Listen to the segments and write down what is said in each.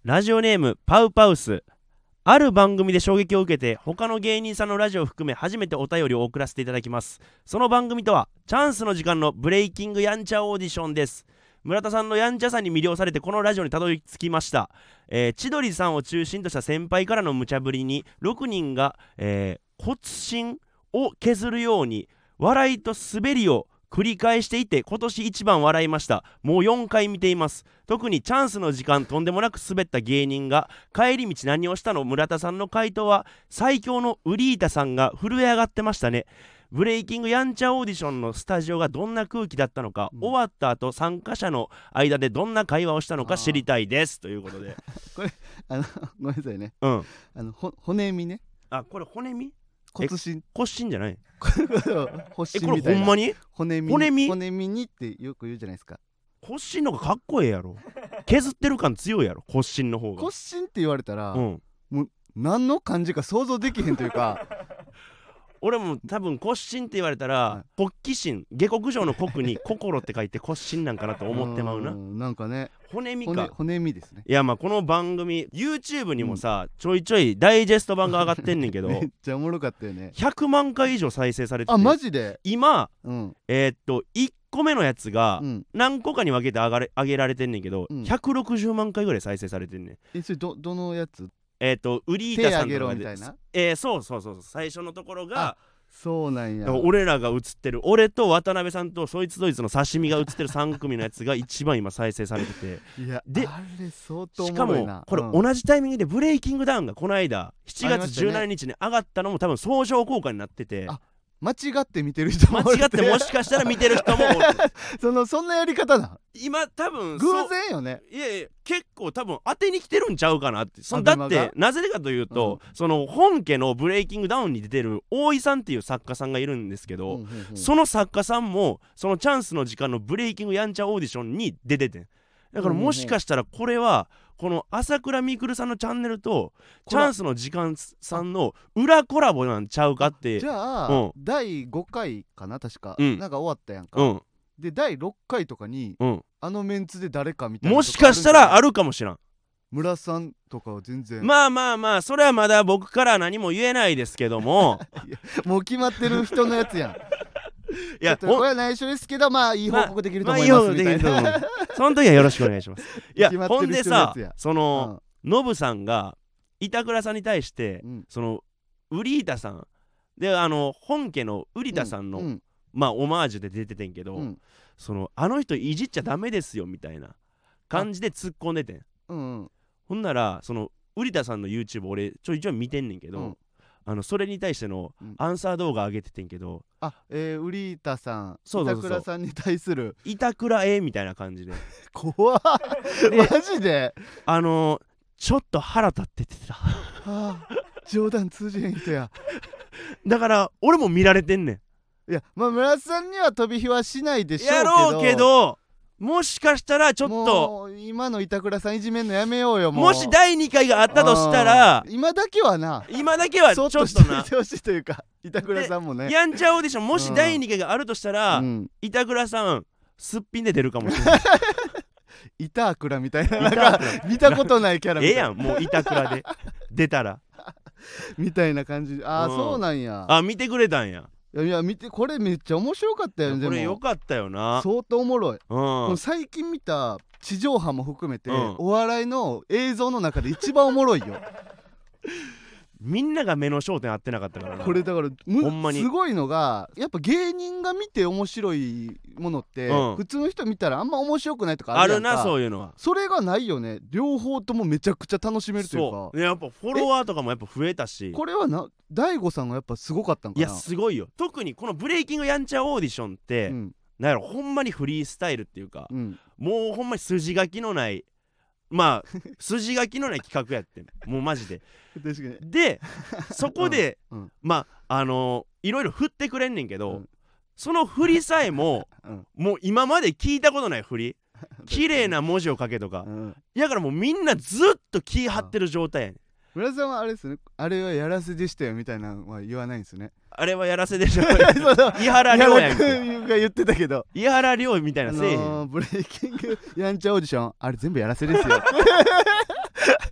ラジオネームパウパウス。ある番組で衝撃を受けて他の芸人さんのラジオを含め初めてお便りを送らせていただきます。その番組とはチャンスの時間のブレイキングやんちゃオーディションです。村田さんのやんちゃさに魅了されてこのラジオにたどり着きました。千鳥さんを中心とした先輩からの無茶ぶりに6人が、骨心を削るように笑いと滑りを繰り返していて今年一番笑いました。もう4回見ています。特にチャンスの時間とんでもなく滑った芸人が帰り道何をしたの。村田さんの回答は最強のウリータさんが震え上がってましたね。ブレイキングやんちゃオーディションのスタジオがどんな空気だったのか、終わった後参加者の間でどんな会話をしたのか知りたいですということでこれごめんなさいね。骨身ね。 これ骨身？ 骨心。 骨心じゃない？ 骨心みたいな。 これほんまに？ 骨身にってよく言うじゃないですか。 骨心の方がかっこええやろ。削ってる感強いやろ骨心の方が。 骨心って言われたら、もう何の漢字か想像できへんというか俺も多分骨心って言われたら、骨気心、下克上の国に心って書いて骨心なんかなと思ってまうな。 なんかね、 骨身か。 骨身ですね。 いやまあこの番組 YouTube にもさ、ちょいちょいダイジェスト版が上がってんねんけどめっちゃおもろかったよね。 100万回以上再生されてて、 マジで今、1個目のやつが何個かに分けて上げられてんねんけど、160万回ぐらい再生されてんねん。 それどのやつ？ ウリータさんとかみたいな。 そう最初のところがそうなんや。 俺らが映ってる、俺と渡辺さんとそいつどいつの刺身が映ってる3組のやつが一番今再生されてていやであれ相当おもろいな。 しかもこれ同じタイミングでブレイキングダウンがこの間7月17日に上がったのも多分相乗効果になってて、 間違って見てる人も間違ってもしかしたら見てる人もそんなやり方だ。 今多分偶然よね。 いや結構多分当てに来てるんちゃうかなって。だってなぜかというと、その本家のブレイキングダウンに出てる大井さんっていう作家さんがいるんですけど、その作家さんもそのチャンスの時間のブレイキングやんちゃオーディションに出ててん。だからもしかしたらこれはこの朝倉未来さんのチャンネルとチャンスの時間さんの裏コラボなんちゃうかって。 じゃあ、第5回かな確か、なんか終わったやんか、で第6回とかに、あのメンツで誰かみたいなもしかしたらあるかもしらん。 村さんとかは全然まあそれはまだ僕から何も言えないですけどももう決まってる人のやつやん。いやこれは内緒ですけど、いい報告できると思いますみたいな。 その時はよろしくお願いします。いやほんでさ、そのノブさんが板倉さんに対して、そのウリータさんで本家のウリタさんの、オマージュで出ててんけど、そのあの人いじっちゃダメですよみたいな感じで突っ込んでてん。ほんならそのウリタさんの YouTube 俺ちょいちょい見てんねんけど、それに対してのアンサー動画上げててんけど、 ウリータさん、板倉さんに対する板倉みたいな感じで怖っマジでちょっと腹立っててさ冗談通じへん人や。 だから俺も見られてんねん。 いや村田さんには飛び火はしないでしょうけど、 やろうけどもしかしたらちょっともう今の板倉さんいじめんのやめようよ。 もし第2回があったとしたら今だけはちょっとなしてほしいというか、板倉さんもねやんちゃオーディションもし第2回があるとしたら、板倉さんすっぴんで出るかもしれない板倉みたいな、なんか見たことないキャラみたいな。 やんもう板倉で出たらみたいな感じ。そうなんや。 見てくれたんや。 いや見て、これめっちゃ面白かったよね。 これよかったよな。 相当おもろい。最近見た地上波も含めて、お笑いの映像の中で一番おもろいよみんなが目の焦点合ってなかったからな。 これだからほんまにすごいのがやっぱ芸人が見て面白いものって、普通の人見たらあんま面白くないとかあるやんか。 あるなそういうのは。 それがないよね。両方ともめちゃくちゃ楽しめるというか。 そうやっぱフォロワーとかもやっぱ増えたし、 これは大悟さんがやっぱすごかったんかな。 いやすごいよ。特にこのブレイキングやんちゃオーディションって、なんやろほんまにフリースタイルっていうか、もうほんまに筋書きのない筋書きのない企画やってもうマジで確かに。 でそこで、いろいろ振ってくれんねんけど、その振りさえも、もう今まで聞いたことない振り綺麗な文字を書けとか、だからもうみんなずっと気張ってる状態やねん。 村さんはあれですね、あれはやらせでしたよみたいなのは言わないんですね。 あれはやらせでしょ伊原亮やんけが言ってたけど、 伊原亮みたいなせえへん。 ブレイキングやんちゃオーディションあれ全部やらせですよ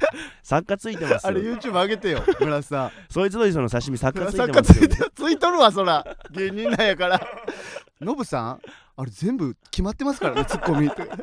作家ついてますあれ YouTube 上げてよ村瀬さん。 そいつの磯の刺身作家ついて作家ますよついとるわそら芸人なんやからノブさんあれ全部決まってますからねツッコミって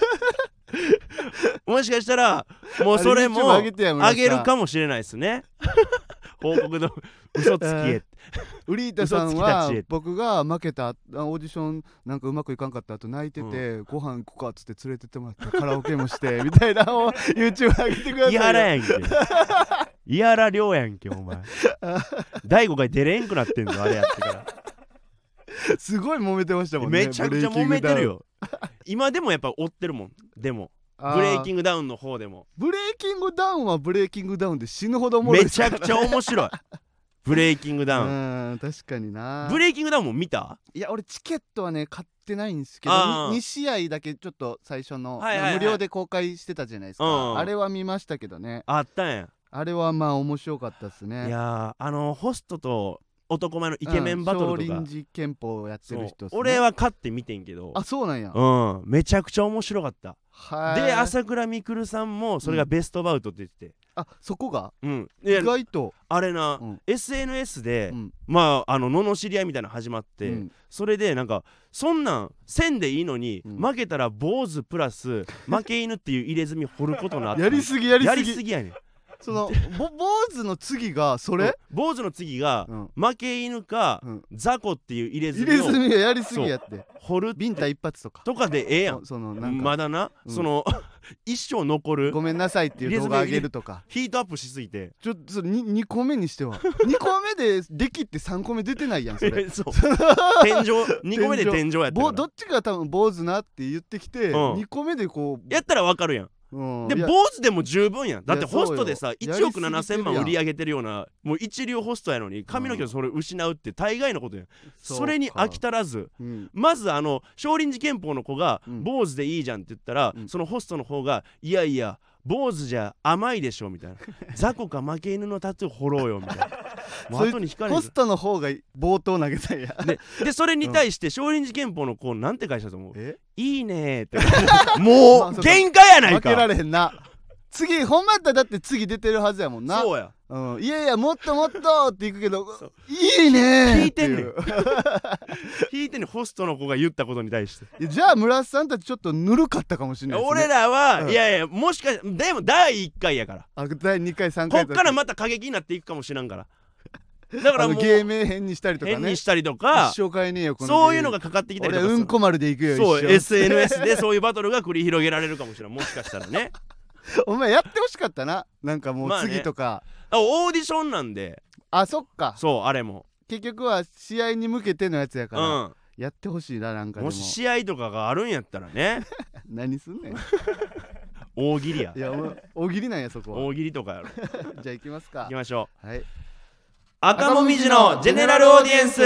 もしかしたらもうそれもあれ YouTube 上げてや村瀬さんあげるかもしれないですね報告の嘘つきへウリータさん嘘つきはたちへ僕が負けたオーディションなんかうまくいかんかった後泣いてて、ご飯行こうかっつって連れてってもらってカラオケもしてみたいなのを YouTube 上げてくださいよ。 いやらやんけいやら量やんけお前第5回出れんくなってんぞあれやってからすごい揉めてましたもんね。 めちゃくちゃ揉めてるよ今でもやっぱ追ってるもん。でもブレイキングダウンの方でもブレイキングダウンはブレイキングダウンで死ぬほどおもろいめちゃくちゃ面白いブレイキングダウン確かにな。 ブレイキングダウンも見た？ いや俺チケットはね買ってないんですけど2試合だけちょっと最初の、無料で公開してたじゃないですか、あれは見ましたけどね。 あったんや。 あれはまあ面白かったっすね。 いやホストと男前のイケメンバトルとか、 少林寺拳法をやってる人っすね。 俺は勝って見てんけど、 あそうなんや。 めちゃくちゃ面白かった。 はいで朝倉未来さんもそれがベストバウトって言ってて、 あそこが意外とあれな、SNS で、まあ罵り合いみたいなの始まって、それでなんかそんなんせんでいいのに、負けたら坊主プラス負け犬っていう入れ墨掘ることになってやりすぎやりすぎやねん。 その坊主の次がそれ、 坊主の次が、負け犬か、雑魚っていう入れ墨を入れ墨がやりすぎやって掘るビンタ一発とかでええやん。 そのなんかまだな、その一生残るごめんなさいっていう動画上げるとかヒートアップしすぎてちょっと2個目にしては2個目でできって3個目出てないやんそれそう天井2個目で天井やったからどっちが多分坊主なって言ってきて、2個目でこうやったらわかるやん。で坊主でも十分やん。だってホストでさ1億7000万売り上げてるようなもう一流ホストやのに髪の毛をそれ失うって大概のことやん。それに飽き足らず、まず少林寺拳法の子が坊主でいいじゃんって言ったら、そのホストの方がいやいや坊主じゃ甘いでしょみたいな雑魚か負け犬のタトゥー掘ろうよみたいなもう後に引かれる。 ホストの方が冒頭投げたんやでそれに対して少林寺拳法の子なんて返したと思う？いいねーってもう喧嘩やないか。 負けられへんな。次ほんまやったらだって次出てるはずやもんな。 そうや、 いやいやもっともっとっていくけどいいねー引いてんねん引いてんねんホストの子が言ったことに対してじゃあ村瀬さんたちちょっとぬるかったかもしれないですね。 俺らは、いやいやもしかしてでも第1回やから第2回3回こっからまた過激になっていくかもしれんからだからもう芸名変にしたりとかね、 変にしたりとか一生変えねえよこのそういうのがかかってきたりとか、 俺うんこ丸でいくよそう SNS でそういうバトルが繰り広げられるかもしれんもしかしたらねお前やってほしかったな。なんかもう次とか、 オーディションなんで。 そっか。 そうあれも結局は試合に向けてのやつやから、やってほしいな。なんかでもし試合とかがあるんやったらね何すんねん大喜利や。 いや大喜利なんやそこは。 大喜利とかやろじゃあ行きますか。 行きましょう。はい。 赤もみじのジェネラルオーディエンス。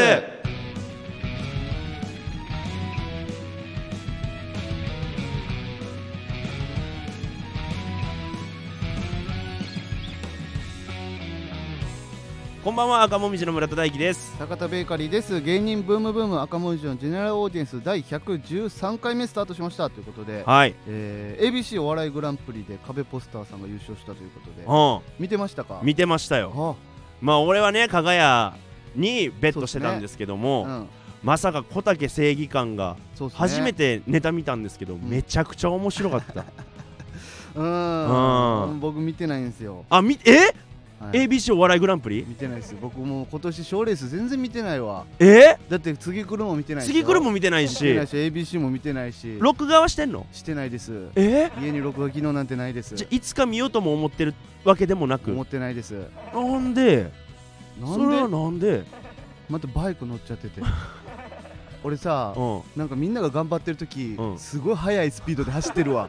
こんばんは、赤もみじの村田大樹です。 坂田ベーカリーです。芸人ブームブーム赤もみじのジェネラルオーディエンス第113回目スタートしましたということで、 はい、 ABC お笑いグランプリで壁ポスターさんが優勝したということで、見てましたか？ 見てましたよ。まあ俺はね加賀屋にベットしてたんですけども、まさか小竹正義感が初めてネタ見たんですけど、めちゃくちゃ面白かった僕見てないんですよ。 ABC お笑いグランプリ見てないです。僕もう今年賞レース全然見てないわ。だって次来るも見てないし、 次来るも見てないし ABC も見てないし。 録画はしてんの？ してないです。 家に録画機能なんてないです。 じゃいつか見ようとも思ってるわけでもなく？ 思ってないです。 なんでそれはなんでまたバイク乗っちゃってて俺さ、なんかみんなが頑張ってる時、すごい速いスピードで走ってるわ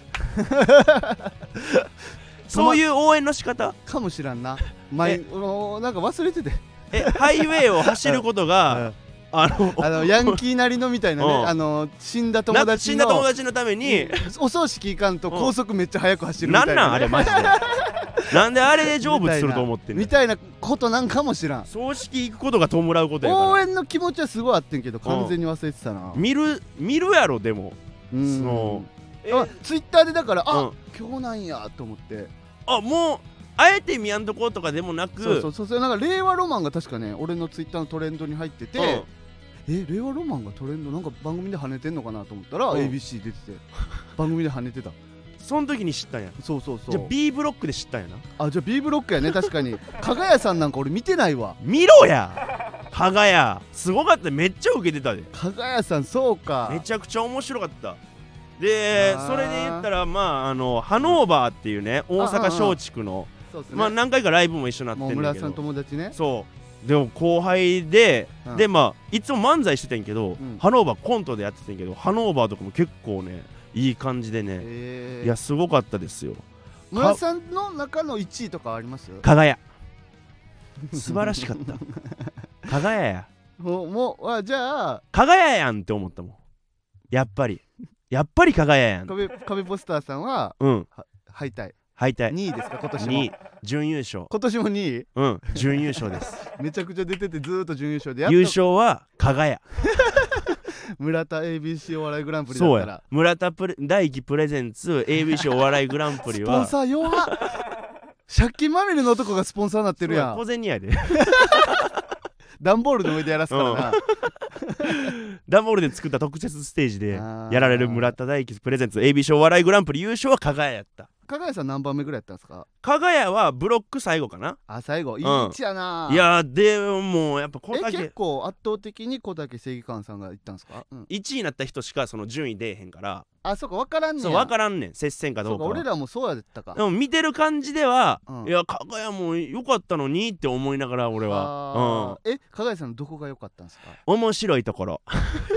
そういう応援の仕方かもしらんな。なんか忘れててハイウェイを走ることがヤンキーなりのみたいなね、死んだ友達のためにお葬式行かんと高速めっちゃ速く走るみたいな。 なんあれマジでなんであれで成仏すると思ってんのみたいなことなんかもしらん。 葬式行くことが弔うことやから。 応援の気持ちはすごいあってんけど完全に忘れてたな。 見るやろ。でもツイッターでだから今日なんやと思って。 あもうあえて見やんとことかでもなく、 そうなんか令和ロマンが確かね俺のツイッターのトレンドに入ってて、令和ロマンがトレンドなんか番組で跳ねてんのかなと思ったら、ABC 出てて番組で跳ねてた。 その時に知ったんや。 そうじゃあ B ブロックで知ったんやな。 あじゃあ B ブロックやね確かに加賀谷さんなんか俺見てないわ。 見ろや加賀谷すごかった。めっちゃ受けてたで。 加賀谷さんそうかめちゃくちゃ面白かった。でそれで言ったらまあハノーバーっていうね大阪松竹のそうっすね、 まあ何回かライブも一緒になってんねんけど、 村さん友達ね。 そうでも後輩で、でまあいつも漫才してたんやけど、 うん、 ハノーバーコントでやってたんやけど、ハノーバーとかも結構ねいい感じでね、いやすごかったですよ。 村さんの中の1位とかあります？ 加賀谷素晴らしかった加賀谷やじゃあ加賀谷やんって思ったもん。やっぱり加賀谷やん。 壁ポスターさんは、敗退2位ですか今年も。2位準優勝。 今年も2 位準優勝ですめちゃくちゃ出ててずーっと準優勝で優勝は加賀谷村田 ABC お笑いグランプリだったら。 そうや村田大輝プレゼンツ ABC お笑いグランプリはスポンサー弱っ借金まみれの男がスポンサーになってるやん。 小銭やで段ボールの上でやらすからな、 段ボールで作った特設ステージでやられる村田大輝プレゼンツ ABC お笑いグランプリ優勝は加賀谷やった。 加賀谷さん何番目ぐらいやったんですか？ 加賀谷はブロック最後かな。 最後いい位置やな。 いやでもやっぱこれだけ結構圧倒的に小竹正義感さんが言ったんですか？ 1位になった人しかその順位出えへんから。 そうか分からんねん。 そう分からんねん接戦かどうかは。 俺らもそうやったか。 でも見てる感じでは、いや加賀谷も良かったのにって思いながら俺は。 加賀谷さんのどこが良かったんですか？ 面白いところ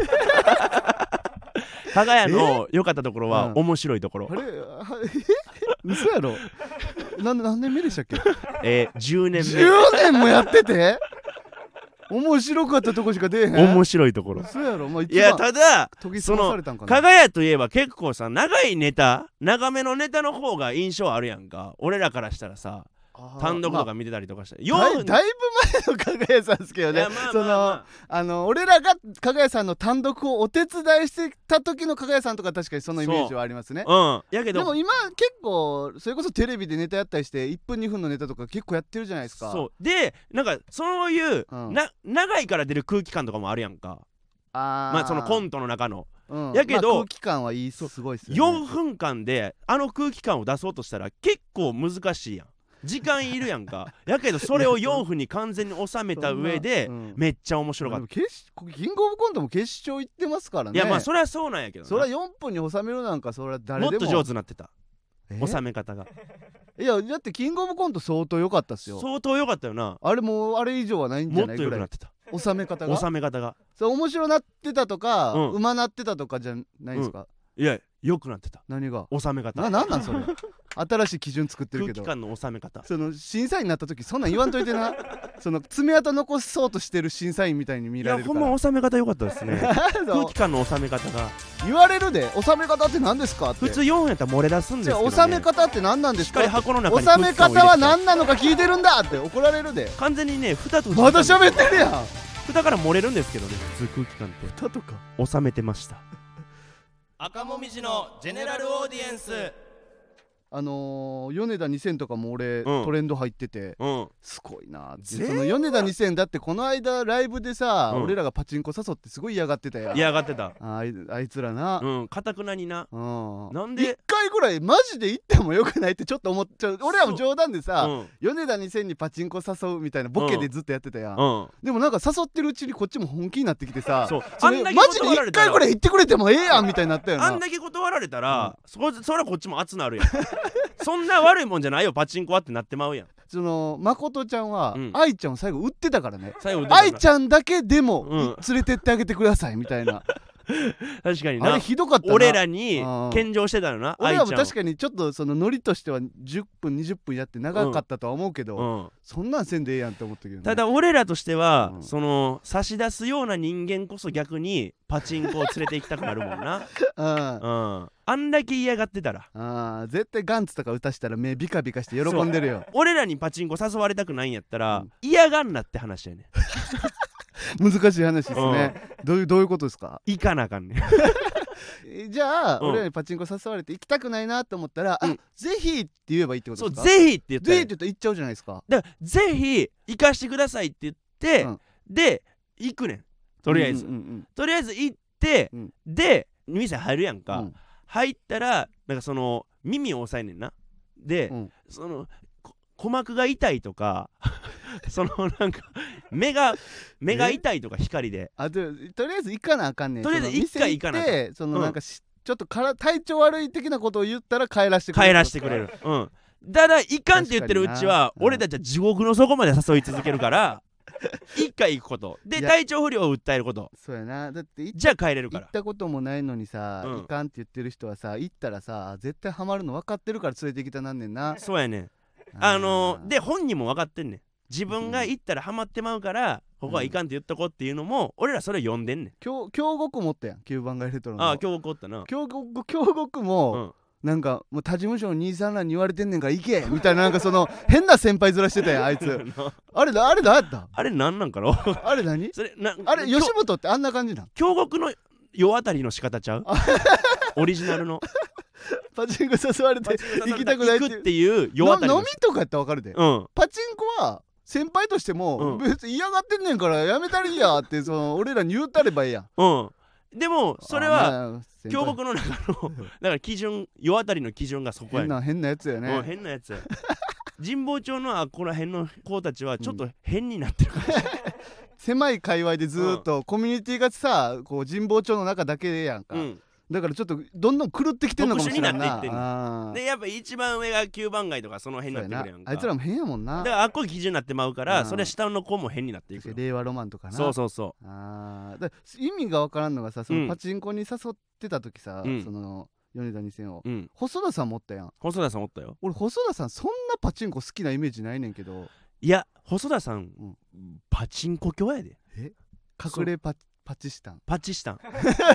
加賀谷の良かったところは面白いところ。 あれ嘘やろ何年目でしたっけ ？10年目。 10年もやってて面白かったとこしか出えへん。 面白いところ。 そうやろ、まあ、 いやただその加賀谷といえば結構さ長いネタ長めのネタの方が印象あるやんか俺らからしたらさ。単独とか見てたりとかして、 だいぶ前の加賀谷さんですけどね。俺らが加賀谷さんの単独をお手伝いしてた時の加賀谷さんとか確かにそのイメージはありますね。 やけどでも今結構それこそテレビでネタやったりして1分2分のネタとか結構やってるじゃないですか。 そうでなんかそういう、長いから出る空気感とかもあるやんか。まあそのコントの中の。やけど、 空気感はいいすごいっすよね。 4分間であの空気感を出そうとしたら結構難しいやん。時間いるやんかやけどそれを4分に完全に収めた上でめっちゃ面白かった。 キングオブコントも決勝行ってますからね。 いやまあそれはそうなんやけどな。 それは4分に収めるなんかそれは誰でももっと上手になってた収め方が。 いやだってキングオブコント相当良かったっすよ。 相当良かったよな。 あれもうあれ以上はないんじゃないぐらい。 もっと良くなってた収め方がそう面白なってたとか、うまなってたとかじゃないですか？ いや良くなってた。 何が？ 収め方。 なんなんそれ新しい基準作ってるけど。 空気感の収め方。 その審査員になった時そんなん言わんといてなその爪痕残そうとしてる審査員みたいに見られるから。 いやほんま収め方良かったですね空気感の収め方が言われるで。収め方って何ですかって。 普通4分やったら漏れ出すんですけどね。 収め方って何なんですか？ しっかり箱の中に収め方は何なのか聞いてるんだって怒られるで。 完全にね蓋とまだ喋ってるやん。 蓋から漏れるんですけどね普通空気感って蓋とか収めてました赤もみじのジェネラルオーディエンス。 米田2000とかも俺、トレンド入ってて、すごいなって。その米田2000だってこの間ライブでさ、俺らがパチンコ誘ってすごい嫌がってたやん。 嫌がってた。 あいつらなかたくなにな。なんで 1回ぐらいマジで行ってもよくないってちょっと思っちゃう。俺らも冗談でさ、米田2000にパチンコ誘うみたいなボケでずっとやってたやん。でもなんか誘ってるうちにこっちも本気になってきてさ、マジで1回ぐらい行ってくれてもええやんみたいになったよな。 あんだけ断られたらそりゃこっちも熱なるやんそんな悪いもんじゃないよパチンコはってなってまうやん。 その誠ちゃんは愛ちゃんを最後売ってたからね。 愛ちゃんだけでも連れてってあげてくださいみたいな確かにな。 あれひどかったな。 俺らに献上してたよな。 俺らも確かにちょっとそのノリとしては10分20分やって長かったとは思うけど、そんなんせんでええやんって思ったけどね。 ただ俺らとしては、その差し出すような人間こそ逆にパチンコを連れて行きたくなるもんなあんだけ嫌がってたら。 絶対ガンツとか打たしたら目ビカビカして喜んでるよ。 俺らにパチンコ誘われたくないんやったら、嫌がんなって話やね難しい話ですね。どういうことですか？ 行かなあかんねんじゃあ、 うん俺らにパチンコ誘われて行きたくないなと思ったら、 うんあぜひって言えばいいってことそうですか？ ぜひって言ったらぜひって言ったら行っちゃうじゃないですか。 だからぜひ行かしてくださいって言って、 うんで行くねん。とりあえず、とりあえず行って、 うんで店入るやんか、 うん入ったらなんかその耳を押さえねんな。で、 うんその鼓膜が痛いとかそのなんか目が痛いとか光でとりあえず行かなあかんねん。 とりあえず一回行かなあかんその店行ってそのなんかちょっと体調悪い的なことを言ったら帰らしてくれる。 帰らしてくれる。うんだから行かんって言ってるうちは確かにな俺たちは地獄の底まで誘い続けるから一回行くことでいや体調不良を訴えること、 そうやな。だってじゃあ帰れるから。 行ったこともないのにさ、 うん行かんって言ってる人はさ、行ったらさ絶対ハマるの分かってるから連れてきたなんねんな。 そうやねん。 ーで本人も分かってんねん。自分が行ったらハマってまうからここは行かんって言っとこっていうのも俺らそれ読んでんねん。 京極持ったやん、9番街レトロの。 ああ今日怒ったな。 京極も、なんかもう他事務所の兄さんらに言われてんねんから行けみたいな、なんかその変な先輩面してたやんあいつ。あれ何やったあれなんなんかろあれ何それなあれ吉本ってあんな感じなん？ 京極の世当たりの仕方ちゃうオリジナルのパチンコ誘われて行きたくない行くっていう世当たり飲のみとかやったら分かるで、 うんパチンコは先輩としても、別に嫌がってんねんからやめたらいいやってその俺らに言うたればいいやん。 うんでもそれはまあ京極の中のだから基準世当たりの基準がそこやねん。 変なやつやね、 変なやつや神保町のあこら辺の子たちはちょっと変になってるかもしれない、 狭い界隈でずーっと、コミュニティがさこう神保町の中だけやんか、だからちょっとどんどん狂ってきてんのかもしれないな。 特殊になっていってんねでやっぱ一番上が9番街とかその辺になってくるやんか。 あいつらも変やもんな。 だからあっこが基準になってまうからそれ下の子も変になっていくよ。 令和ロマンとかな。 そうだ意味が分からんのがさ、そのパチンコに誘ってた時さ、その米田2000を、細田さん持ったやん。 細田さん持ったよ。 俺細田さんそんなパチンコ好きなイメージないねんけど。 いや細田さん、パチンコ強やで。 隠れパチスタンパチスタン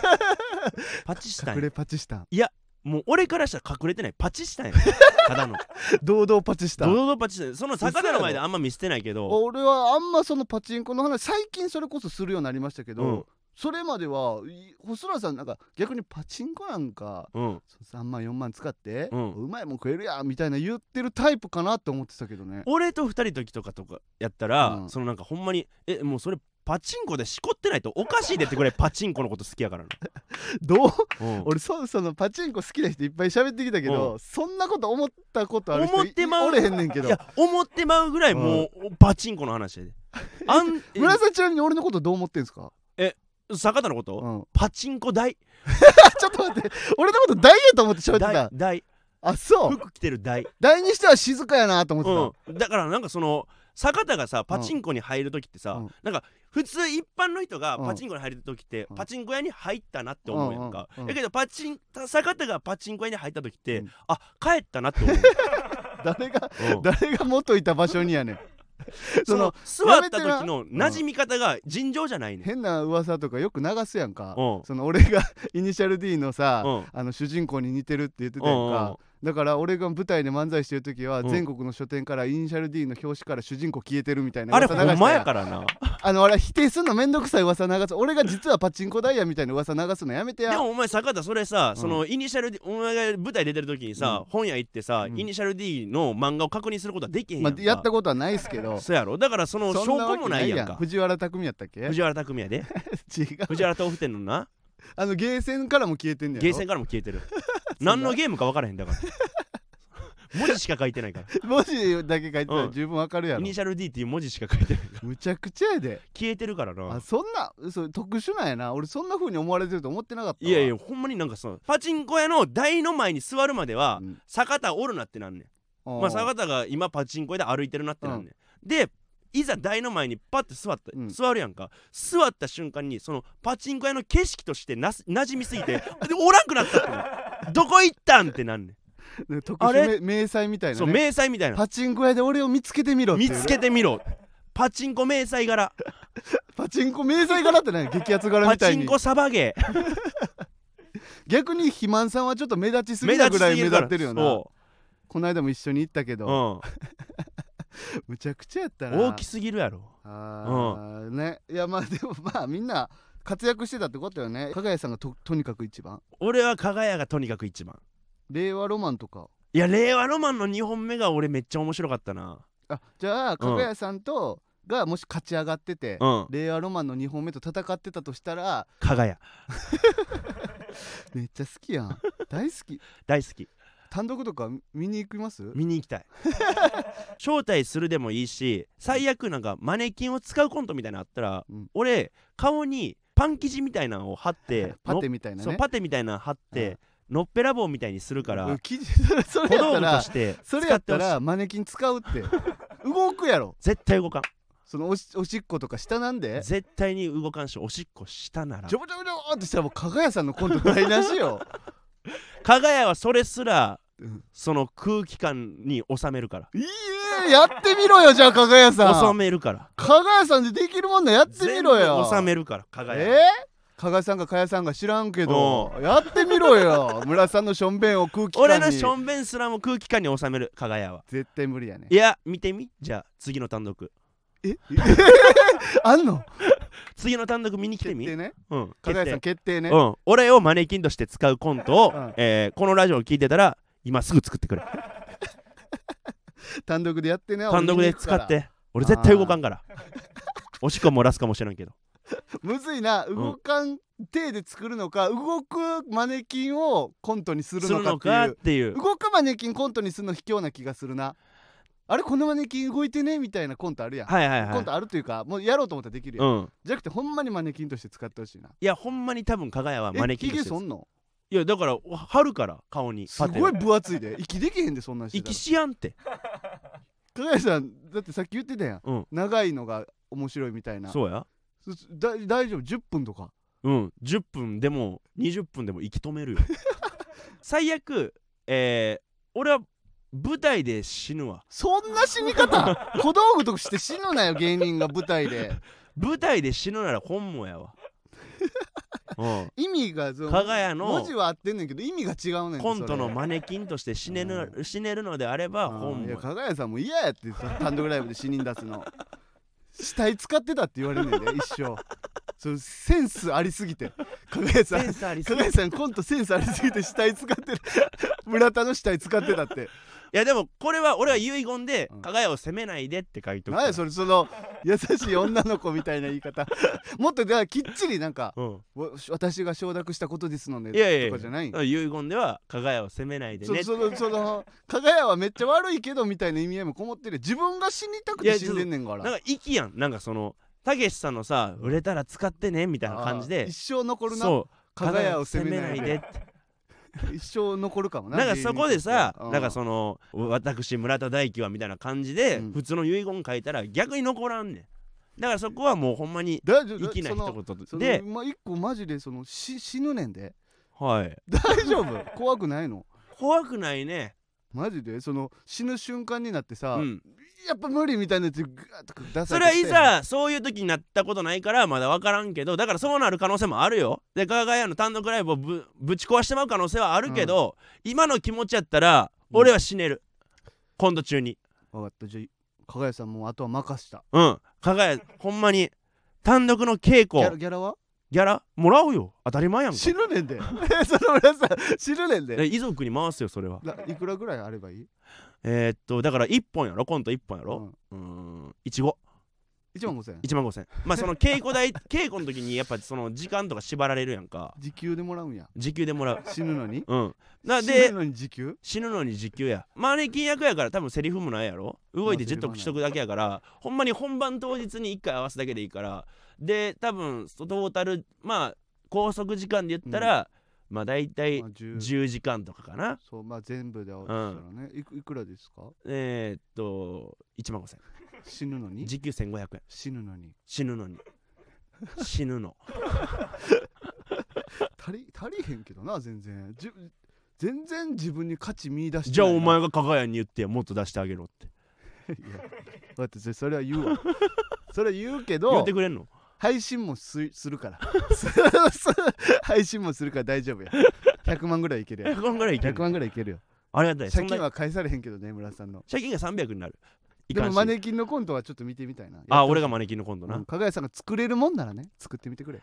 隠れパチスタン。 いやもう俺からしたら隠れてないパチスタンやただの堂々パチスタン。 堂々パチスタン。その坂田の前であんま見せてないけど俺はあんまそのパチンコの話最近それこそするようになりましたけど、それまでは細田さんなんか逆にパチンコなんか、3万4万使って、うまいもん食えるやんみたいな言ってるタイプかなって思ってたけどね。 俺と2人時とかやったら、そのなんかほんまにもうそれパチンコでしこってないとおかしいでってくらいパチンコのこと好きやからなどう、俺そのパチンコ好きな人いっぱい喋ってきたけど、そんなこと思ったことある人おれへんねんけど。 いや思ってまうぐらいもうパチンコの話やで村瀬ちなみに俺のことどう思ってんすか？ 坂田のこと、パチンコ大ちょっと待って俺のこと大やと思って喋ってた。 大あそう服着てる大にしては静かやなと思ってた、だからなんかその坂田がさパチンコに入る時ってさ、なんか普通一般の人がパチンコに入る時って、パチンコ屋に入ったなって思うやんか、だけど坂田がパチンコ屋に入った時って、あ帰ったなって思う誰が元いた場所にやねんその座った時の馴染み方が尋常じゃないね。 変な噂とかよく流すやんか。その俺がイニシャル D のさ、主人公に似てるって言ってたやんか。だから俺が舞台で漫才してる時は、全国の書店からイニシャル D の表紙から主人公消えてるみたいな噂流したやん。あれほんまやからな。 あれ否定すんのめんどくさい噂流す。俺が実はパチンコダイヤみたいな噂流すのやめてや。 でもお前坂田それさ、そのイニシャル D お前が舞台出てる時にさ、本屋行ってさ、イニシャル D の漫画を確認することはできへんやんか。 やったことはないっすけど。 そうやろ。だからその証拠もないやんか。 藤原匠やったっけ？ 藤原匠やで。 違う。 藤原豆腐店のな。 ゲーセンからも消えてんねん。 ゲーセンからも消えてる。何のゲームか分からへんだから。文字しか書いてないから。 文字だけ書いてたら十分わかるやろ。 イニシャル D っていう文字しか書いてないから。 むちゃくちゃやで。 消えてるからな。 そんな特殊なんやな。俺そんな風に思われてると思ってなかったわ。 いやいやほんまになんかさパチンコ屋の台の前に座るまでは、坂田おるなってなんねん。まあ坂田が今パチンコ屋で歩いてるなってなんねん。でいざ台の前にパッて座るやんか。座った瞬間にそのパチンコ屋の景色として馴染みすぎておらんくなったってどこ行ったんってなんねん。 特殊迷彩みたいなね。 そう迷彩みたいな。 パチンコ屋で俺を見つけてみろっていう。 見つけてみろ。パチンコ迷彩柄。 パチンコ迷彩柄って何？激アツ柄みたいに。 パチンコサバゲー。 逆に肥満さんはちょっと目立ちすぎなぐらい目立ってるよな。この間も一緒に行ったけど、むちゃくちゃやったな。 大きすぎるやろ。 ね。いやまあでもまあみんな活躍してたってことよね。かがやさんが とにかく一番。 俺はかがやがとにかく一番。 令和ロマンとか。 いや令和ロマンの2本目が俺めっちゃ面白かったな。 じゃあかがやさんとがもし勝ち上がってて、令和ロマンの2本目と戦ってたとしたらかがやめっちゃ好きやん。大好き大好き。 単独とか見に行きます？ 見に行きたい招待するでもいいし、最悪なんかマネキンを使うコントみたいなのあったら、俺顔にパン生地みたいなのを貼ってパテみたいなね。 そうパテみたいなの貼ってのっぺらぼうみたいにするから、 それやったら使ってそれやったらマネキン使うって動くやろ。 絶対動かん。 そのおしっことか下なんで絶対に動かんし、おしっこしたならジョボジョボジョボってしたらもうかがやさんのコント台無しよかがやはそれすら、その空気感に収めるから。 いいえ、やってみろよ。じゃあかがやさん収めるから。 かがやさんでできるもんなやってみろよ。 収めるからかがや。 かがやさんかかやさんが知らんけどやってみろよ。村さんのしょんべんを空気感に。 俺のしょんべんすらも空気感に収めるかがやは。 絶対無理やね。 いや見てみ、じゃあ次の単独あんの次の単独見に来てみ。 決定ね。 かがやさん決定ね。 俺をマネキンとして使うコントを、このラジオを聞いてたら今すぐ作ってくれ単独でやってね。 単独で使って。俺絶対動かんからおしっこ漏らすかもしれんけどむずいな。動かん手で作るのか、動くマネキンをコントにするのかっていう。動くマネキンコントにするの卑怯な気がするな。あれこのマネキン動いてねみたいなコントあるやん。コントあるというかもうやろうと思ったらできるやん。じゃなくてほんまにマネキンとして使ってほしいな。 いやほんまに多分かがやはマネキンとして。 ヒゲそんの？ いやだから貼るから顔に。 すごい分厚いで。息できへんでそんなんしてたら。 息しやんって。 かがやさんだってさっき言ってたやん。長いのが面白いみたいな。 そうや。 大丈夫10分とか。 10分でも20分でも息止めるよ最悪俺は舞台で死ぬわ。 そんな死に方小道具として死ぬなよ芸人が舞台で。 舞台で死ぬなら本望やわ意味がかがやの文字は合ってんねんけど意味が違うねん。 コントのマネキンとして死ねるのであれば本望。 いやかがやさんも嫌やって単独ライブで死人出すの死体使ってたって言われるねんで一生そのセンスありすぎてかがやさんコントセンスありすぎて死体使ってる村田の死体使ってたって。 いやでもこれは俺は遺言でかがやを責めないでって書いとく。 何やそれ、その優しい女の子みたいな言い方もっときっちりなんか、私が承諾したことですのでとかじゃない。 遺言ではかがやを責めないでね。 そのかがやはめっちゃ悪いけどみたいな意味合いもこもってる。自分が死にたくて死んでんねんから。 なんか息やん。なんかそのたけしさんのさ売れたら使ってねみたいな感じで一生残るな。 かがやを責めないでって一生残るかもな。 なんかそこでさ、なんかその私村田大樹はみたいな感じで普通の遺言書いたら逆に残らんねん。だからそこはもうほんまに粋な一言で一個マジでその死ぬねんで。 はい。 大丈夫？怖くないの？ 怖くないね。 マジでその死ぬ瞬間になってさ、やっぱ無理みたいなやつグーッと出されて。 それはいざそういう時になったことないからまだ分からんけど、だからそうなる可能性もあるよ。でかがやの単独ライブをぶち壊してまう可能性はあるけど、今の気持ちやったら俺は死ねる、今度中に。 分かった。じゃあかがやさんもうあとは任した。 かがやほんまに単独の稽古ギャラはギャラもらうよ。当たり前やんか。 死ぬねんでその皆さん死ぬねんで。 遺族に回すよそれは。 いくらぐらいあればいい？ だから1本やろ、コント1本やろ。1万5000。まあその稽古の時にやっぱその時間とか縛られるやんか。 時給でもらうんや。 時給でもらう。 死ぬのに。 死ぬのに時給？ 死ぬのに時給や。マネキン役やから多分セリフもないやろ。動いてジェットしとくだけやから、ほんまに本番当日に1回合わすだけでいいから。で多分トータルまあ拘束時間で言ったら、まあ大体10時間とかかな。 そう、まあ全部で合わせたらね。いくらですか ？1万5000。 死ぬのに？ 時給1500円。 死ぬのに死ぬの足りへんけどな。全然自分に価値見出してない。 じゃあお前がかがやに言ってもっと出してあげろっていやだってそれは言うわそれは言うけど言ってくれんの？ 配信もするから配信もするから大丈夫や。100万ぐらいいけるや。 100万ぐらいいけるよ。 ありがたい。 借金は返されへんけどね、村さんの借金が300になる。 でもマネキンのコントはちょっと見てみたいな。 俺がマネキンのコントな。 かがやさんが作れるもんならね、作ってみてくれ。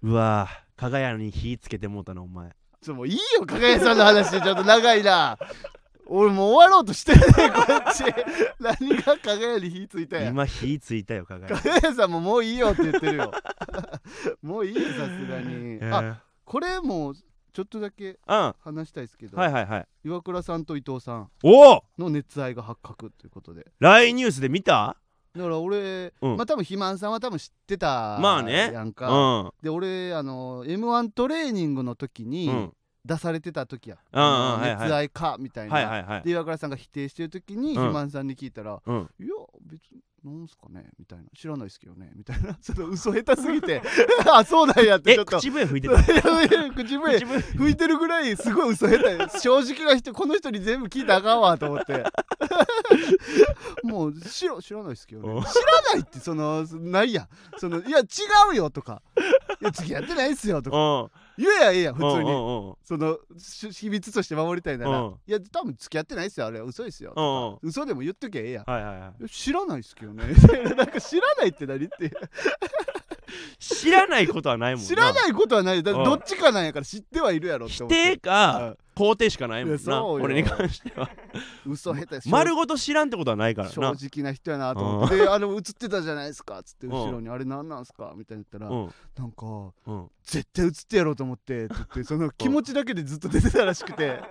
うわ加賀屋に火つけてもうたなお前。 もういいよ加賀屋さんの話ちょっと長いな。俺もう終わろうとしてるねこっち。何が加賀屋に火ついたやん。 今火ついたよ加賀屋。 加賀屋さんもういいよって言ってるよ。もういいよさすがに。これもちょっとだけ話したいですけど、 はいはいはい、 岩倉さんと伊藤さんの熱愛が発覚ということで、 LINE ニュースで見た？ だから俺、まあ多分肥満さんは多分知ってたまあねやんか、で俺M1 トレーニングの時に出されてた時や、熱愛かみたいな、で岩倉さんが否定してる時に肥満さんに聞いたら、いや別になんすかねみたいな、知らないですけどねみたいな、ちょっと嘘下手すぎてあそうなんやってちょっと口笛吹いてた。 口笛吹いてるぐらいすごい嘘下手、正直な人この人に全部聞いたらあかんわと思ってもう知らないですけどね、知らないってないやん、いや違うよとか、いや次やってないっすよとか言えやええやん普通に、秘密として守りたいなら、いや多分付き合ってないっすよあれは嘘ですよとか、嘘でも言っときゃええやん、知らないっすけどねなんか知らないって何って知らないことはないもんな。 知らないことはない、だってどっちかなんやから知ってはいるやろって否思って、 定か肯定しかないもんな俺に関しては。 嘘下手丸ごと知らんってことはないからな。 正直な人やなと思って、で映ってたじゃないですかっつって後ろにあれなんなんすかみたいな言ったら、なんか絶対映ってやろうと思ってって言って、その気持ちだけでずっと出てたらしくて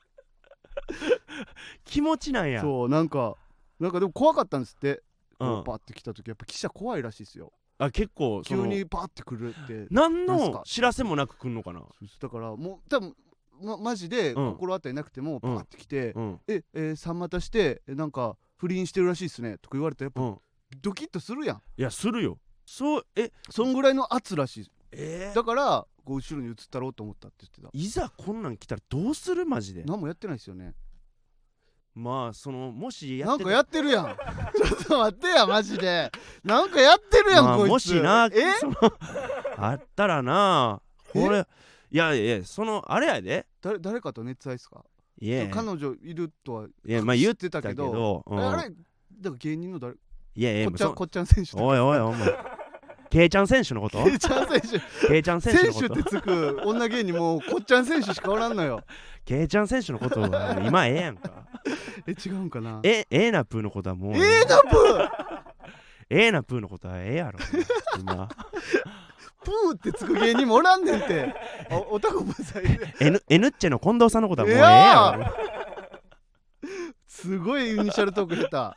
気持ちなんや。 そうなんかでも怖かったんですって、こうパッて来た時やっぱ記者怖いらしいですよ。 結構急にパッて来るって何の知らせもなく来んのかな。 だからもう多分マジで心当たりなくてもパッて来て、3股してなんか不倫してるらしいっすねとか言われたらやっぱドキッとするやん。 いやするよ。そんぐらいの圧らしい。だからこう後ろに移ったろうと思ったって言ってた。 いざこんなん来たらどうするマジで。 何もやってないですよね。 まあもしなんかやってるやんちょっと待ってやマジでなんかやってるやん、こいつ。 もしなあったらなこれいやあれやで誰かと熱愛っすか。 いや彼女いるとは言ってたけど、あれだから芸人の誰、こっちゃん選手。 おいお前ケイちゃん選手のこと？ ケイちゃん選手選手ってつく女芸人もうこっちゃん選手しかおらんのよ。 ケイちゃん選手のことは今やんか違うんかな。 なプーのことはもうなプーのことはやろ今プーってつく芸人もおらんねんっておたこぶさいでエヌッチェの近藤さんのことはもうやろ。 すごいイニシャルトーク下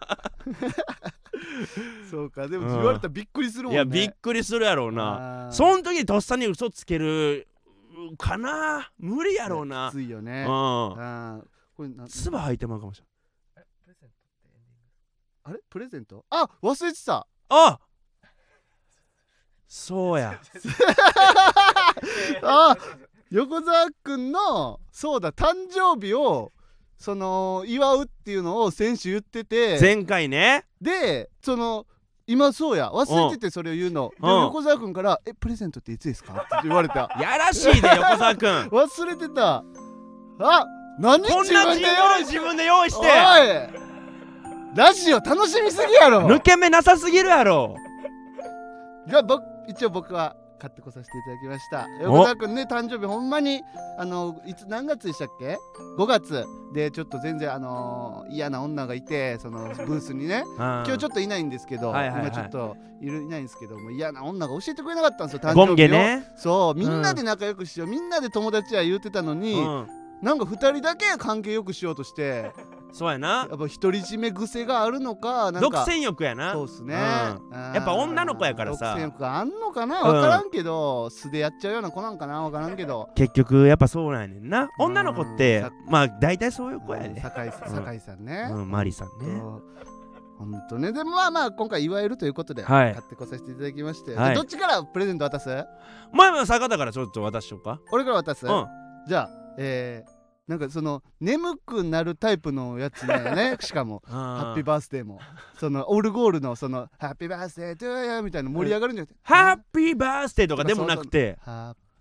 手そうか、でも言われたらびっくりするもんね。 いやびっくりするやろうな。そん時にとっさに嘘つけるかな、無理やろうな。 きついよね。 つば履いてまうかもしれない。 あれプレゼント忘れてた。 そうや横澤くんのそうだ誕生日を祝うっていうのを先週言ってて、 前回ね。 で今そうや忘れててそれを言うの、で横澤くんからプレゼントっていつですかって言われた。 やらしいで横澤くん忘れてた。何こんな自分で用意して。 おいラジオ楽しみすぎやろ。 抜け目なさすぎるやろ。 一応僕は買ってこさせていただきました。横澤くんね誕生日ほんまに何月でしたっけ？5月でちょっと全然嫌な女がいてブースにね今日ちょっといないんですけど、今ちょっといないんですけども、嫌な女が教えてくれなかったんですよ誕生日を。 ゴンゲね。 そうみんなで仲良くしよう、みんなで友達は言ってたのに、なんか2人だけ関係よくしようとして。 そうやな。 やっぱ独り占め癖があるのか、なんか独占欲やな。 そうっすね、 やっぱ女の子やからさ独占欲があんのかな、分からんけど、素でやっちゃうような子なんかな、分からんけど、 結局やっぱそうなんやねんな。女の子ってまあ大体そういう子やで。 酒井さんね、 マリさんね。 ほんとね。でもまあ今回祝えるということで買ってこさせていただきまして、どっちからプレゼント渡す？ 坂田からちょっと渡しようか。 俺から渡す？じゃあなんか眠くなるタイプのやつだよねしかもハッピーバースデーもオルゴールのハッピーバースデートゥーヤみたいな盛り上がるんじゃなくて、 ハッピーバースデーとかでもなくて、 ハッ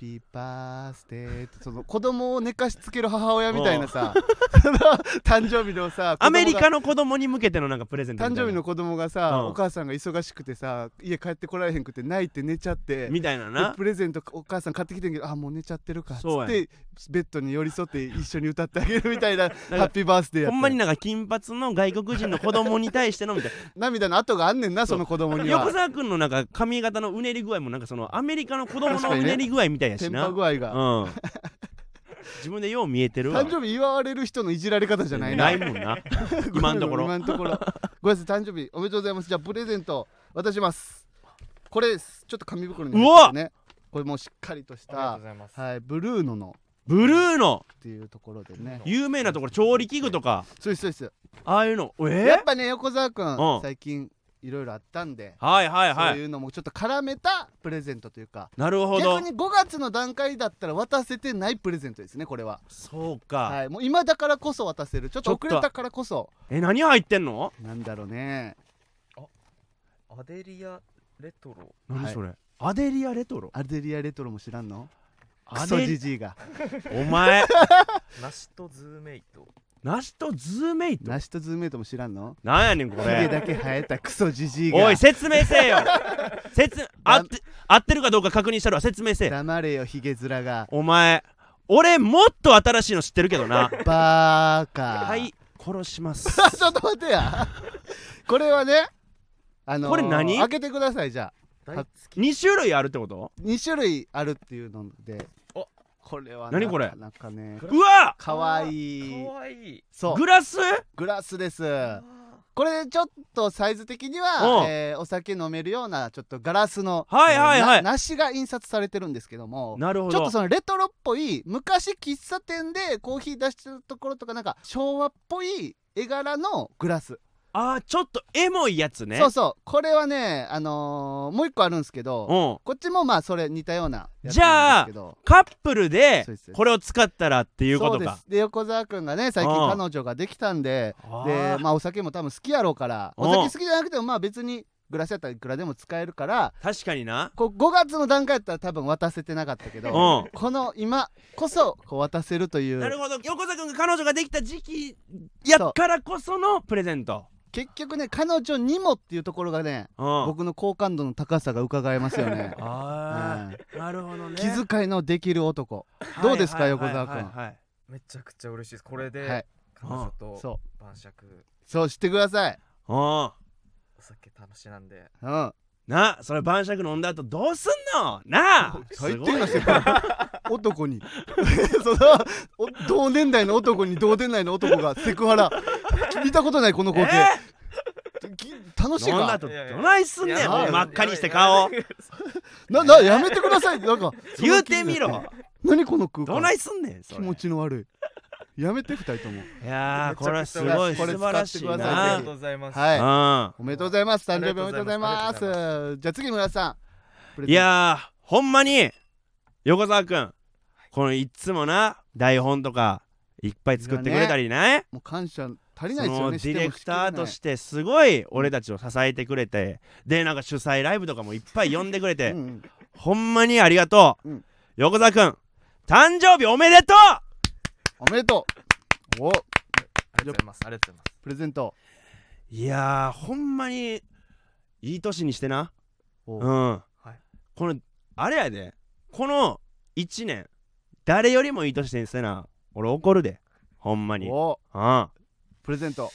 ピーバースデーってその子供を寝かしつける母親みたいなさ誕生日のさアメリカの子供に向けてのなんかプレゼントみたいな誕生日の子供がさ、お母さんが忙しくてさ家帰ってこられへんくて泣いて寝ちゃってみたいななプレゼントお母さん買ってきてんけどもう寝ちゃってるかっつそうやってベッドに寄り添って一緒に歌ってあげるみたいなハッピーバースデーやったほんまになんか金髪の外国人の子供に対してのみたいな涙の跡があんねんなその子供には横澤君のなんか髪型のうねり具合もなんかそのアメリカの子供のうねり具合みたいやしテンな、 パ具合が、 うん、自分でよう見えてるわ誕生日祝われる人のいじられ方じゃないなないもんな今のところごめんなさい誕生日おめでとうございます。じゃあプレゼント渡します。これですちょっと紙袋に入ってねこれもうしっかりとしたはいブルーノのっていうところでね有名なところ調理器具とかそうですああいうのやっぱね横澤くん最近いろいろあったんではいはいはいそういうのもちょっと絡めたプレゼントというかなるほど逆に5月の段階だったら渡せてないプレゼントですねこれはそうか、 はいもう今だからこそ渡せるちょっと遅れたからこそ何入ってんのなんだろうねアデリアレトロ何それ、はい、アデリアレトロも知らんのクソジジイがお前梨とズーメイト梨とズーメイトも知らんのなんやねんこれヒゲだけ生えたクソジジイがおい説明せえよ合ってるかどうか確認したら説明せえ黙れよヒゲ面がお前俺もっと新しいの知ってるけどなバーカはい殺しますちょっと待ってやこれはねこれ何開けてくださいじゃあ 2種類あるってこと ?2 種類あるっていうのでこれは何これなんかねうわかわいいそうグラスですこれちょっとサイズ的には、お酒飲めるようなちょっとガラスの梨が印刷されてるんですけどもなるほどちょっとそのレトロっぽい昔喫茶店でコーヒー出してるところとかなんか昭和っぽい絵柄のグラスちょっとエモいやつねそうこれはねもう一個あるんですけどこっちもまあそれ似たようなやつなんですけどカップルでこれを使ったらっていうことかそうですで横澤くんがね最近彼女ができたんでまあお酒も多分好きやろうからお酒好きじゃなくてもまあ別にグラスやったらいくらでも使えるから確かにな 5月の段階やったら多分渡せてなかったけどこの今こそこう渡せるというなるほど横澤くんが彼女ができた時期やからこそのプレゼント結局ね彼女にもっていうところがね僕の好感度の高さが伺えますよねなるほどね気遣いのできる男どうですか横澤君めちゃくちゃ嬉しいですこれで彼女と晩酌そうしてくださいお酒楽しなんでなそれ晩酌飲んだ後どうすんのなあ最低な世界男にその同年代の男に同年代の男がセクハラ見たことないこの光景楽しいか飲んだ後どないすんねんもう真っ赤にして顔やめてくださいなんか言うてみろ何この空間どないすんねん気持ちの悪いやめて2人ともいやこれはすごい素晴らしいなありがとうございますおめでとうございます誕生日おめでとうございますじゃあ次村さんいやほんまに横澤くんこのいつもな台本とかいっぱい作ってくれたりねもう感謝足りないですよねディレクターとしてすごい俺たちを支えてくれてでなんか主催ライブとかもいっぱい呼んでくれてほんまにありがとう横澤くん誕生日おめでとうおめでとうありがとうございますプレゼントいやほんまにいい年にしてなこのあれやでこの1年誰よりもいい年にしてな俺怒るでほんまにプレゼント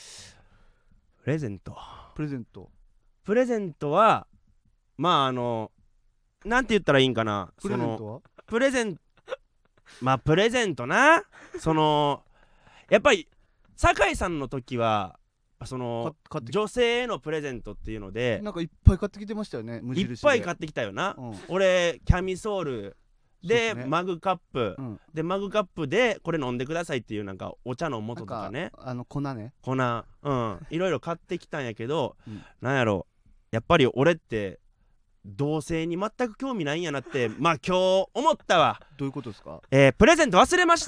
はまあなんて言ったらいいんかなプレゼントなやっぱり酒井さんの時は女性へのプレゼントっていうのでなんかいっぱい買ってきてましたよね無印でいっぱい買ってきたよな、俺キャミソールでマグカップ、でマグカップでこれ飲んでくださいっていうなんかお茶の素とかね粉ね粉いろいろ買ってきたんやけど、なんやろやっぱり俺って同性に全く興味ないんやなってまあ今日思ったわ。 どういうことですか？ プレゼント忘れました。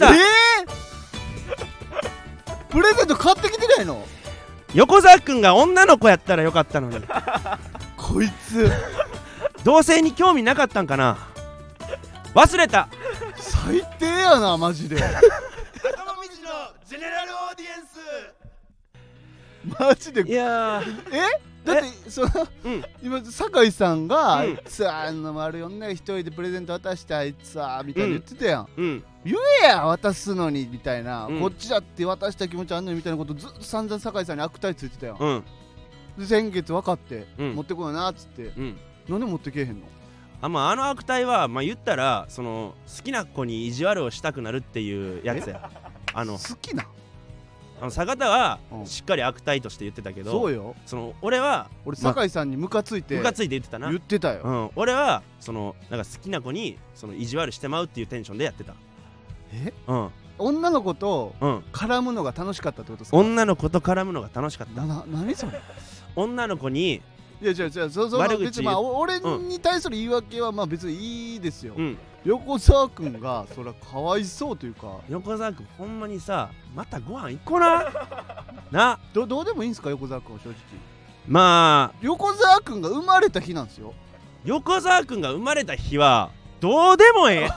プレゼント買ってきてないの？ 横澤くんが女の子やったらよかったのにこいつ同性に興味なかったんかな。 忘れた。 最低やなマジで赤もみじのジェネラルオーディエンス。 マジでいやだってその、今酒井さんが、あいつあの悪い女に一人でプレゼント渡してあいつはみたいな言ってたやん、言えや渡すのにみたいな、こっちだって渡した気持ちあんのにみたいなことずっと散々酒井さんに悪態ついてたやん、で先月分かって、持ってこないなっつって、なんで持ってけえへんの。 あの悪態は言ったらその好きな子に意地悪をしたくなるっていうやつや。 好きな坂田はしっかり悪態として言ってたけど、 そうよ。 俺酒井さんにムカついて言ってたな。 言ってたよ、 俺はなんか好きな子に意地悪してまうっていうテンションでやってた。 女の子と絡むのが楽しかったってことですか。 女の子と絡むのが楽しかった。 何それ。 女の子にいや違う別に俺に対する言い訳は別にいいですよ、横澤くんがそりゃかわいそうというか。 横澤くんほんまにさまたご飯行こうなな。 どうでもいいんすか横澤くんは。正直横澤くんが生まれた日なんですよ。 横澤くんが生まれた日はどうでもえ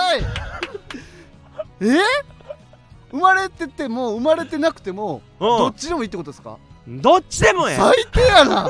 え生まれてても生まれてなくてもどっちでもいいってことですか。 どっちでもええ。 最低やな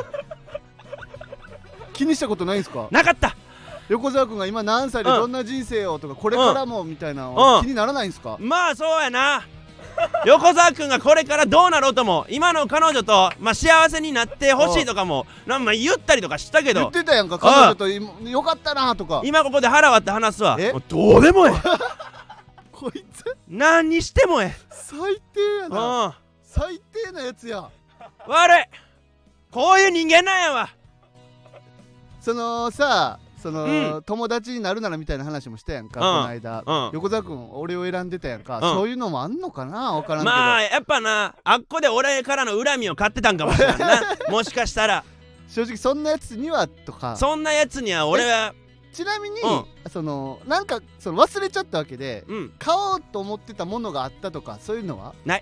気にしたことないんすか。 なかった。 横澤君が今何歳でどんな人生をとかこれからもみたいなの気にならないんすか。 まあそうやな。横澤君がこれからどうなろうとも今の彼女と幸せになってほしいとかも言ったりとかしたけど。 言ってたやんか彼女とよかったなとか。 今ここで腹割って話すわ。どうでもええこいつ何にしてもええ。 最低やな。最低なやつや。 悪い。こういう人間なんやわ。 友達になるならみたいな話もしたやんか、この間、横澤君俺を選んでたやんか、そういうのもあんのかな分からんけど。 やっぱなあっこで俺からの恨みを買ってたんかもしれんなもしかしたら。 正直そんなやつにはとか。 そんなやつには俺はちなみに、なんか忘れちゃったわけで、買おうと思ってたものがあったとかそういうのはない。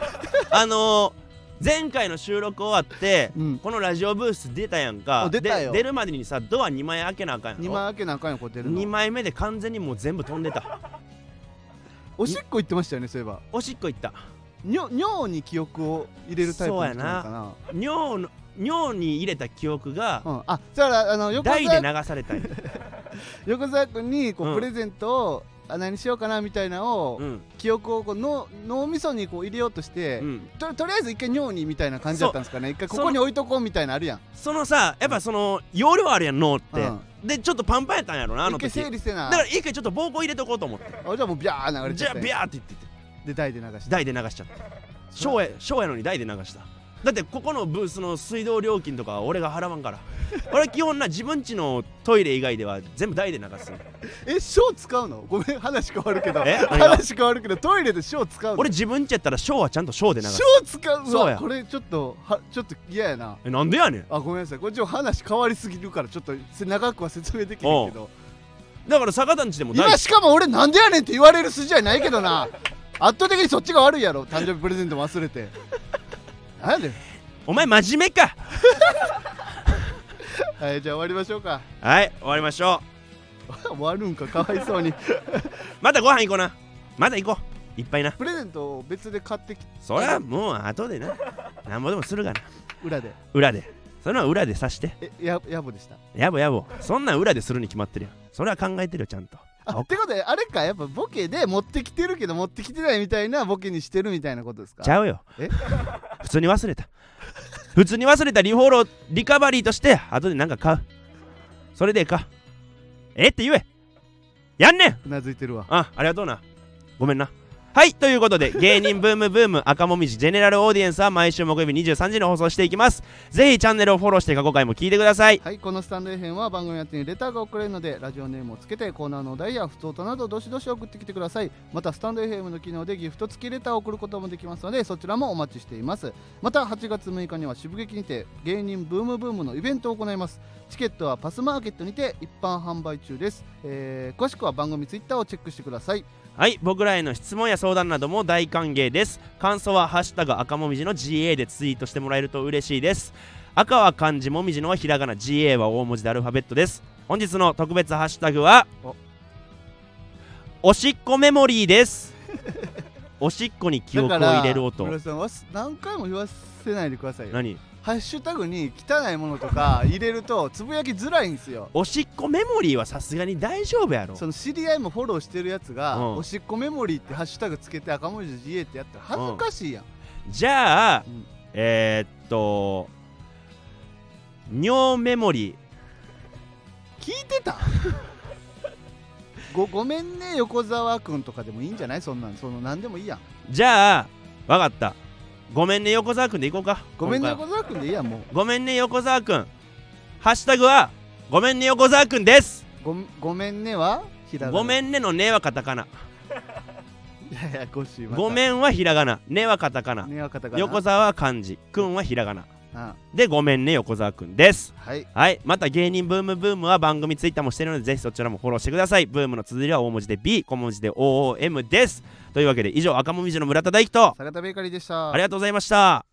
前回の収録終わって、このラジオブース出たやんか。出るまでにさドア2枚開けなあかんやろ。 2枚開けなあかんよこう出るの。 2枚目で完全にもう全部飛んでた。 おしっこ行ってましたよねそういえば。 おしっこ行った。 尿に記憶を入れるタイプの人なのかな。 尿に入れた記憶が、 だから台で流されたんや。 横澤君にプレゼントを何しようかなみたいなのを、記憶を脳みそに入れようとして、とりあえず一回尿にみたいな感じだったんですかね。一回ここに置いとこうみたいなあるやん。 やっぱ容量あるやん脳って、でちょっとパンパンやったんやろなあの時。 一回整理せな。 だから一回ちょっと膀胱入れとこうと思って。 じゃあもうビャー流れちゃって。 ビャーって言ってで台で流しちゃった。ショーやのに台で流した。だってここのブースの水道料金とかは俺が払わんから。俺基本自分家のトイレ以外では全部台で流す。 ショー使うの。ごめん話変わるけどトイレでショー使うの。 俺自分家やったらショーはちゃんとショーで流す。 ショー使う。そうや。これちょっと嫌やな。 なんでやねん。 ごめんなさい。これちょっと話変わりすぎるからちょっと長くは説明できないけど。 だから坂田んちでも今しかも俺なんでやねんって言われる筋合いないけどな。圧倒的にそっちが悪いやろ。誕生日プレゼント忘れて。なんでお前真面目か。 はい、じゃあ終わりましょうか。 はい終わりましょう。終わるんかかわいそうに。 またご飯行こうな。また行こう。いっぱいな。 プレゼントを別で買ってきて。 そりゃもう後でな。なんぼでもするがな。 裏でそれは裏でさして。 やぼでした。 やぼそんなん裏でするに決まってるやん。それは考えてるよちゃんと。 ってことであれか、やっぱボケで持ってきてるけど持ってきてないみたいなボケにしてるみたいなことですか。 ちゃうよ。普通に忘れた。普通に忘れたリカバリーとして後でなんか買う。それでかって言え。やんねん。 うなずいてるわ。 ありがとうな。ごめんな。はい、ということで芸人ブームブーム赤もみじジェネラルオーディエンスは毎週木曜日23時に放送していきます。ぜひチャンネルをフォローして過去回も聞いてください。 はい、このスタンド FM は番組宛てにレターが送れるのでラジオネームをつけてコーナーのお題や普通歌などどしどし送ってきてください。またスタンド FM の機能でギフト付きレターを送ることもできますのでそちらもお待ちしています。また8月6日には渋劇にて芸人ブームブームのイベントを行います。チケットはパスマーケットにて一般販売中です。詳しくは番組ツイッターをチェックしてください。 はい、僕らへの質問や相談なども大歓迎です。感想はハッシュタグ赤もみじの GA でツイートしてもらえると嬉しいです。赤は漢字、もみじのはひらがな、GA は大文字でアルファベットです。本日の特別ハッシュタグはおしっこメモリーですおしっこに記憶を入れる音。 村さん何回も言わせないでくださいよ。 何？ ハッシュタグに汚いものとか入れるとつぶやきづらいんですよ。 おしっこメモリーはさすがに大丈夫やろ。 その知り合いもフォローしてるやつが、 うんおしっこメモリーってハッシュタグつけて赤文字で言えってやったら恥ずかしいやん。 じゃあ、 うん尿メモリー聞いてたごめんね横澤くんとかでもいいんじゃない？そんなんでもいいやん。 じゃあわかった、ごめんね横澤くんでいこうか。 ごめんね今回は横澤くんでいいやん。もうごめんね横澤くん、ハッシュタグはごめんね横澤くんです。 ごめんねはひらがな。 ごめんねのねはカタカナ、 ややこしい。 ごめんはひらがな、ねはカタカナ、 ねはカタカナ。 横澤は漢字、くんはひらがなあで、ごめんね横澤くんです。 はいはい、また芸人ブームブームは番組ツイッターもしてるので、ぜひそちらもフォローしてください。ブームの綴りは大文字で B、小文字で OOM です。というわけで以上、赤もみじの村田大樹と坂田ベーカリーでした。 ありがとうございました。